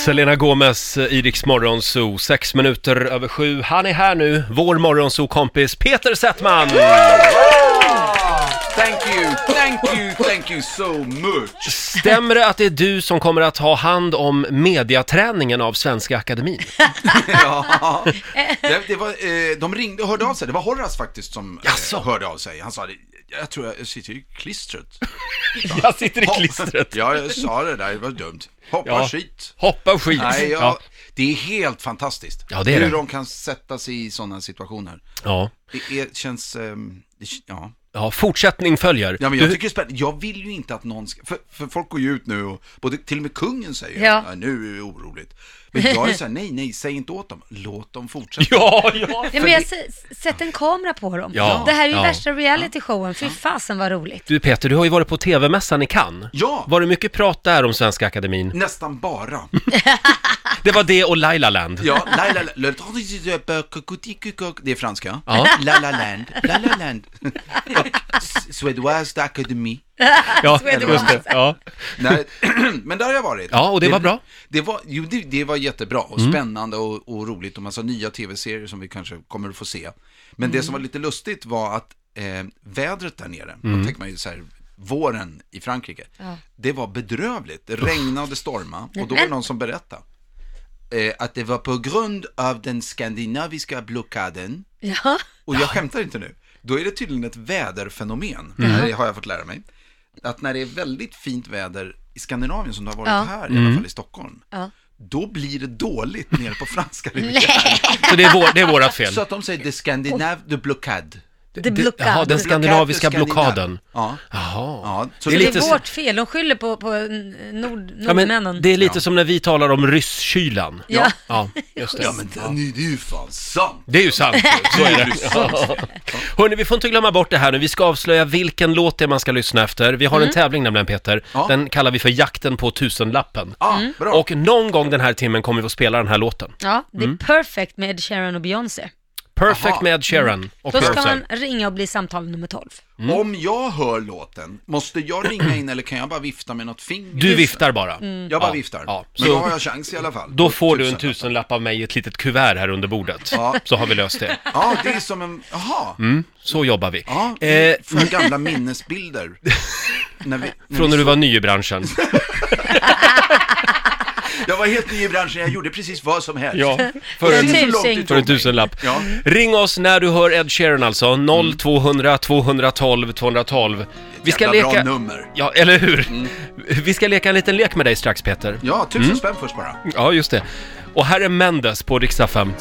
Selena Gomez i Rix Morgonzoo, 6 minuter över 7. Han är här nu, vår Morgonzoo-kompis Peter Settman. Thank you so much. Stämmer det att det är du som kommer att ha hand om mediaträningen av Svenska Akademin? Ja, det var, de ringde och hörde av sig. Det var Horace faktiskt som hörde av sig. Han sa det, jag tror jag sitter i klistret. Jag sitter i klistret. Ja, jag sa det där, det var dumt. Hoppa skit. Hoppa skit. Nej, det är helt fantastiskt. Ja, det är hur det. de kan sätta sig i sådana situationer. Ja. Det känns, ja. Ja, fortsättning följer. Ja, men jag tycker det är spännande. Jag vill ju inte att någon ska, för folk går ju ut nu och både till och med kungen säger nu är det oroligt. Men jag är så här, nej, säg inte åt dem. Låt dem fortsätta. Ja. Men jag sätt en kamera på dem. Ja. Det här är ju värsta reality-showen. Fy fasen var roligt. Du Peter, du har ju varit på TV-mässan i Cannes. Ja. Var det mycket prat där om Svenska Akademin? Nästan bara. Det var det och Laila Land. Ja, Laila Land. Det är franska. Ja. Laila Land. Suédoise d'Académie. Ja, just det. Ja. Nej, men där har jag varit. Ja, och det var bra. Det var jättebra och spännande och roligt och massa nya tv-serier som vi kanske kommer att få se. Men det som var lite lustigt var att vädret där nere, då tänker man ju så här, våren i Frankrike, det var bedrövligt. Det regnade och det stormade och då var det någon som berättade att det var på grund av den skandinaviska blockaden. Ja. Och jag skämtar inte nu. Då är det tydligen ett väderfenomen. Det har jag fått lära mig. Att när det är väldigt fint väder i Skandinavien som det har varit här, i alla fall i Stockholm, då blir det dåligt nere på franska rivieran. Så det är vårat fel. Så att de säger the Scandinave, the blockade. Jaha, den skandinaviska blockaden. Ja. Jaha. Ja. Så det är vårt fel, de skyller på nordmännen. Det är lite som när vi talar om rysskylan. Ja. Ja, just det. Ja, men det är ju fan sant. Det är ju sant. Så är det. Hörrni, vi får inte glömma bort det här nu. Vi ska avslöja vilken låt det är man ska lyssna efter. Vi har en tävling nämligen, Peter. Ja. Den kallar vi för jakten på 1000-lappen. Bra. Och någon gång den här timmen kommer vi att spela den här låten. Ja, det är Perfect med Ed Sheeran och Beyoncé. Perfect med Ed Sheeran och Då ska Beyoncé. man ringa och bli samtal nummer 12. Om jag hör låten, måste jag ringa in eller kan jag bara vifta med något finger? Du viftar bara. Jag bara viftar. Ja. Men Så då har jag chans i alla fall. då får du en 1000-lapp av mig i ett litet kuvert här under bordet. Ja. Så har vi löst det. Ja, det är som en... Jaha. Så jobbar vi. Ja, från gamla minnesbilder. Från när du var ny i branschen. Jag var helt ny i branschen, jag gjorde precis vad som helst. Ja, för en 1000-lapp. Ja. Ring oss när du hör Ed Sheeran alltså, 0200 212 212. Vi ska Jävla leka... bra nummer. Ja, eller hur? Vi ska leka en liten lek med dig strax, Peter. Ja, 1000 spänn först bara. Ja, just det. Och här är Mendes på Rix FM.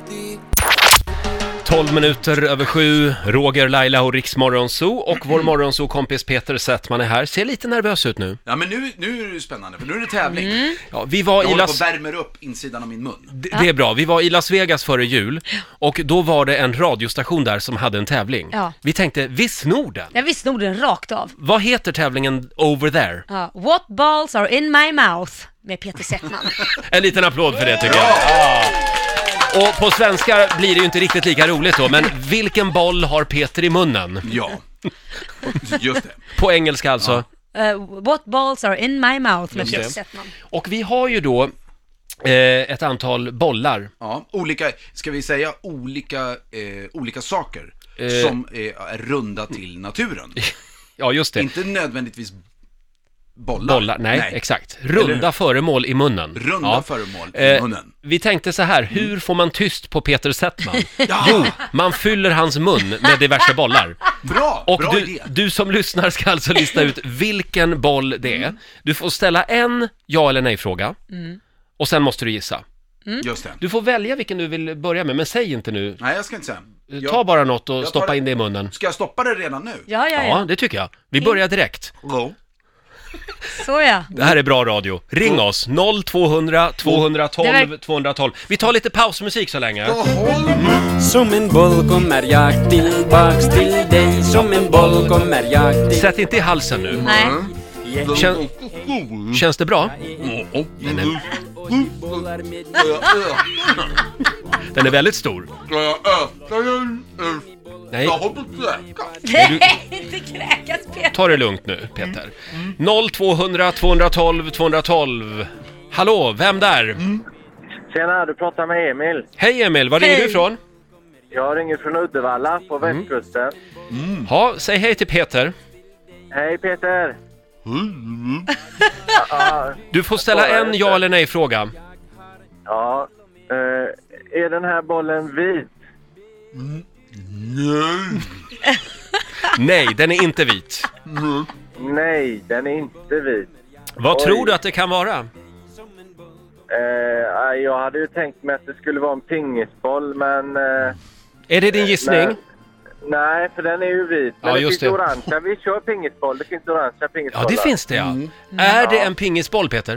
12 minuter över 7, Roger, Laila och Rix Morgonzoo och vår Morgonzoo-kompis Peter Settman är här. Ser lite nervös ut nu. Ja, men nu är det spännande, för nu är det tävling. Ja, vi var Jag i håller på och värmer upp insidan av min mun. Det är bra, vi var i Las Vegas före jul och då var det en radiostation där som hade en tävling. Ja. Vi tänkte, vi snor den. Jag visste nog den rakt av. Vad heter tävlingen Over There? Ja. What balls are in my mouth med Peter Settman. En liten applåd för det tycker jag. Ja. Och på svenska blir det ju inte riktigt lika roligt då, men vilken boll har Peter i munnen? Ja, just det. På engelska alltså. What balls are in my mouth med Just det. Peter Settman. Och vi har ju då ett antal bollar. Ja, olika, ska vi säga olika saker som är runda till naturen. Ja, just det. Inte nödvändigtvis bollar. Nej, exakt. Runda föremål i munnen. Runda föremål i munnen. Vi tänkte så här, hur får man tyst på Peter Settman? Jo, man fyller hans mun med diverse bollar. Bra, Och bra idé. du som lyssnar ska alltså lista ut vilken boll det är. Du får ställa en ja eller nej-fråga. Och sen måste du gissa. Just det. Du får välja vilken du vill börja med, men säg inte nu. Nej, jag ska inte säga. Ta bara något och stoppa in det i munnen. Ska jag stoppa det redan nu? Ja. Det tycker jag. Vi börjar direkt. Så ja. Det här är bra radio. Ring oss, 0200 212 212. Vi tar lite pausmusik så länge. Som en boll kommer jag tillbaks till dig. Som en boll kommer jag till... Sätt inte i halsen nu. Nej. Känns det bra? Den är väldigt stor. Nej, Inte kräkas Peter. ta det lugnt nu, Peter. 0200 212 212. Hallå, vem där? Tjena, du pratar med Emil. Hej Emil, var ringer du ifrån? Jag ringer från Uddevalla på västkusten. Ja, säg hej till Peter. Hej Peter. Du får ställa en ja eller nej-fråga. Ja, är den här bollen vit? Nej, den är inte vit. Nej, den är inte vit. Vad tror du att det kan vara? Jag hade ju tänkt mig att det skulle vara en pingisboll, men... Är det din gissning? Nej, för den är ju vit. Men Ja, det just finns det. orangea. Vi kör pingisboll. Det finns orangea pingisbollar. Ja, det finns det, ja. Är det en pingisboll, Peter?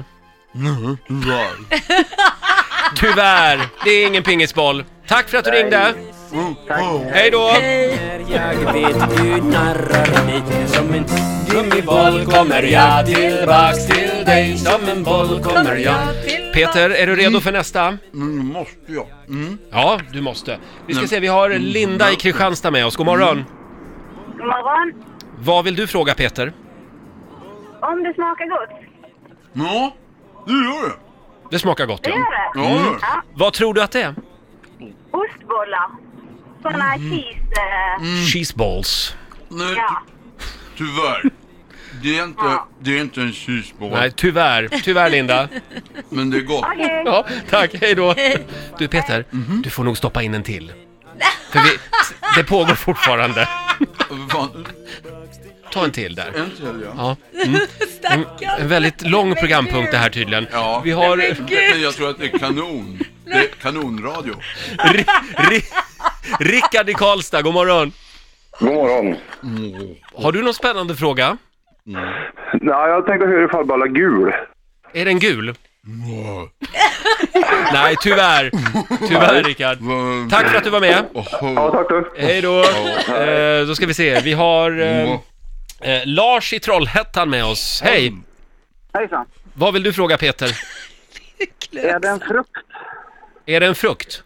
Tyvärr, det är ingen pingisboll. Tack för att du ringde. Tack. Hej då! Jag vet du narrar mig. Som en gummiboll kommer jag tillbaks till dig. Som en boll kommer jag. Peter, är du redo för nästa? Måste jag. Ja, du måste. Vi ska se, vi har Linda i Kristianstad med oss. God morgon. God morgon. Vad vill du fråga, Peter? Om det smakar gott. Ja, det gör det. Det smakar gott, Det ja. gör det. Ja. Vad tror du att det är? Ostbollar. Såna cheese... Cheeseballs. Nej, ja. tyvärr. Det är inte en cheeseball. Nej, tyvärr Linda. Men det är gott. Okej. Ja, tack, hej då. Du Peter, du får nog stoppa in en till. För det pågår fortfarande. Fan, Ta en till där. en till, ja. Ja. En väldigt lång programpunkt det här tydligen. Ja, Vi har men jag tror att det är kanon. Det är kanonradio. Rickard i Karlstad, god morgon. God morgon. Har du någon spännande fråga? Nej, jag tänkte höra ifall bara gul. Är den gul? Nej, tyvärr Rickard. Tack för att du var med. Ja, tack du. Hej då. Då ska vi se, vi har Lars i Trollhättan med oss. Hej. Hejsan. Vad vill du fråga, Peter? Är det en frukt? Är det en frukt?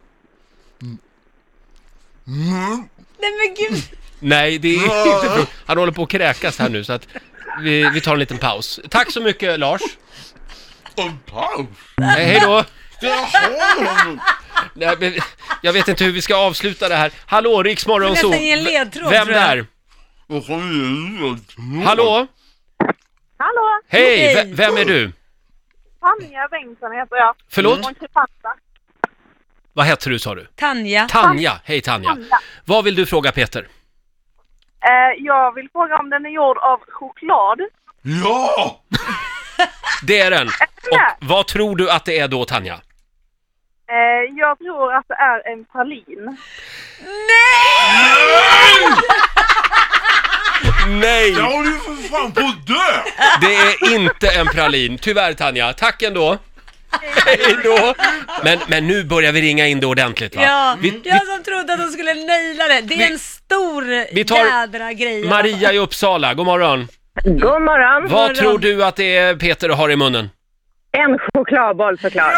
Nej men gud. Nej, det är inte frukt. Han håller på att kräkas här nu, så att vi tar en liten paus. Tack så mycket, Lars. Hej då. Nej, men jag vet inte hur vi ska avsluta det här. Hallå, Riksmorgonzoo. Nästan ge en ledtråd, Vem tror jag. där? Hallå? Hallå, Hej, Hej. vem är du? Tanja Bengtsson heter jag. Förlåt? Från Kristianstad. Vad heter du, sa du? Tanja. Tanja. Hej Tanja. Vad vill du fråga, Peter? Jag vill fråga om den är gjord av choklad. Ja! Det är den. Och vad tror du att det är då, Tanja? Jag tror att det är en pralin. Nej! Jag håller ju för fan på att dö! Det är inte en pralin. Tyvärr, Tanja. Tack ändå. Hej då. Men nu börjar vi ringa in det ordentligt, va? Ja, Vi jag som trodde att de skulle naila det. Det är en stor vi tar jädra grej. Maria i Uppsala, god morgon. God morgon. Vad tror du att det är Peter har i munnen? En chokladboll såklart.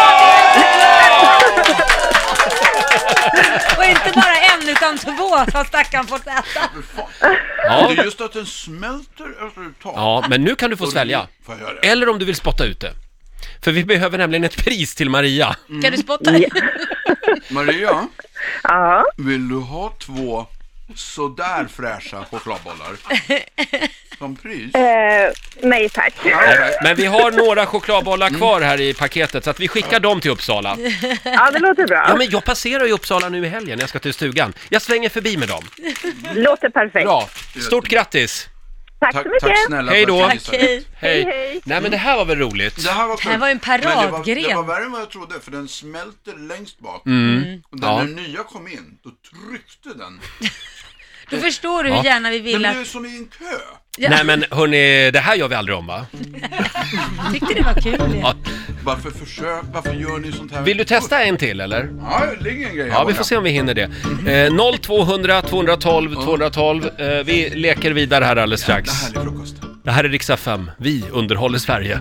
Och inte bara en utan två har stackaren fått äta. Ja. Det är just att den smälter efter ett tag. Ja, men nu kan du få svälja. Får jag göra det? Eller om du vill spotta ut det. För vi behöver nämligen ett pris till Maria. Kan du spotta? Maria, Ja. vill du ha 2 sådär fräscha chokladbollar som pris? Nej tack. Men vi har några chokladbollar kvar här i paketet, så att vi skickar dem till Uppsala. Ja, det låter bra. Ja, men jag passerar ju Uppsala nu i helgen när jag ska till stugan. Jag svänger förbi med dem. Låter perfekt. Bra. Stort grattis. Tack så mycket. Tack snälla. Hej för då. att du Tack, visade. hej. Hej. Hej. Nej, men det här var väl roligt. Det här var Det här var en Men det paradgren. var värre än vad jag trodde, för den smälter längst bak. Och Ja. när den nya kom in, då tryckte den. Då förstår du hur gärna vi Den vill blev att... som i en kö. Ja, Nej, men hörni, det här gör vi aldrig om, va? tyckte det var kul. Ja. Varför gör ni sånt här? Vill du testa en till, eller? Ja, det ligger en grej här Ja, vi borta. får se om vi hinner det. 0200 212 212. Vi leker vidare här alldeles strax. Härlig frukost. Det här är Rix FM. Vi underhåller Sverige.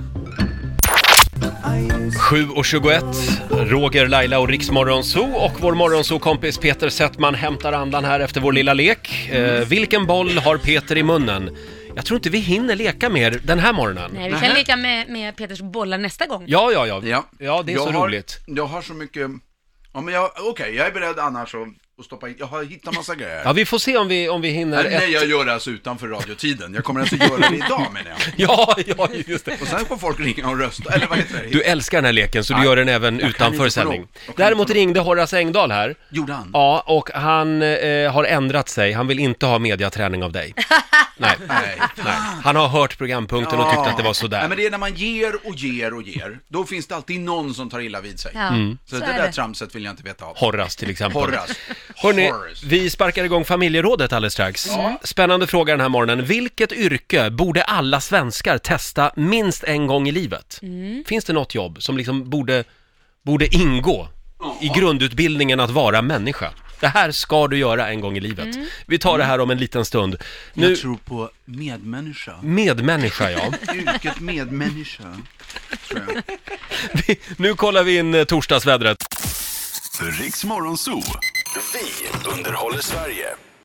7:21. Roger, Laila och Riksmorgonzoo och vår morgonzoo-kompis Peter Settman hämtar andan här efter vår lilla lek. Vilken boll har Peter i munnen? Jag tror inte vi hinner leka mer den här morgonen. Nej, vi kan leka med Peters bollar nästa gång. Ja, det är så roligt. Jag har så mycket... Ja, men jag är beredd annars att stoppa in. Jag har hittat massa grejer. Ja, vi får se om vi hinner. Nej, jag gör det alltså utanför radiotiden. Jag kommer alltså göra det idag, menar jag. Ja, just det. Och sen får folk ringa och rösta, eller vad heter det? Du älskar den här leken, så du gör den även utanför sändning. Däremot ringde Horace Engdahl här. Gjorde han? Ja, och han har ändrat sig. Han vill inte ha mediaträning av dig. Nej. Han har hört programpunkten och tyckte att det var sådär. Nej, men det är när man ger och ger och ger. Då finns det alltid någon som tar illa vid sig. Ja, Så det där tramset vill jag inte veta av. Horace till exempel. Horace. Hörrni, vi sparkar igång familjerådet alldeles strax. Spännande fråga den här morgonen. Vilket yrke borde alla svenskar testa minst en gång i livet? Finns det något jobb som liksom borde ingå i grundutbildningen att vara människa? Det här ska du göra en gång i livet. Vi tar det här om en liten stund. Jag tror på medmänniska. Medmänniska, ja. Yrket medmänniska, tror jag. Nu kollar vi in torsdagsvädret. Riks Morgonzoo. Vi underhåller Sverige.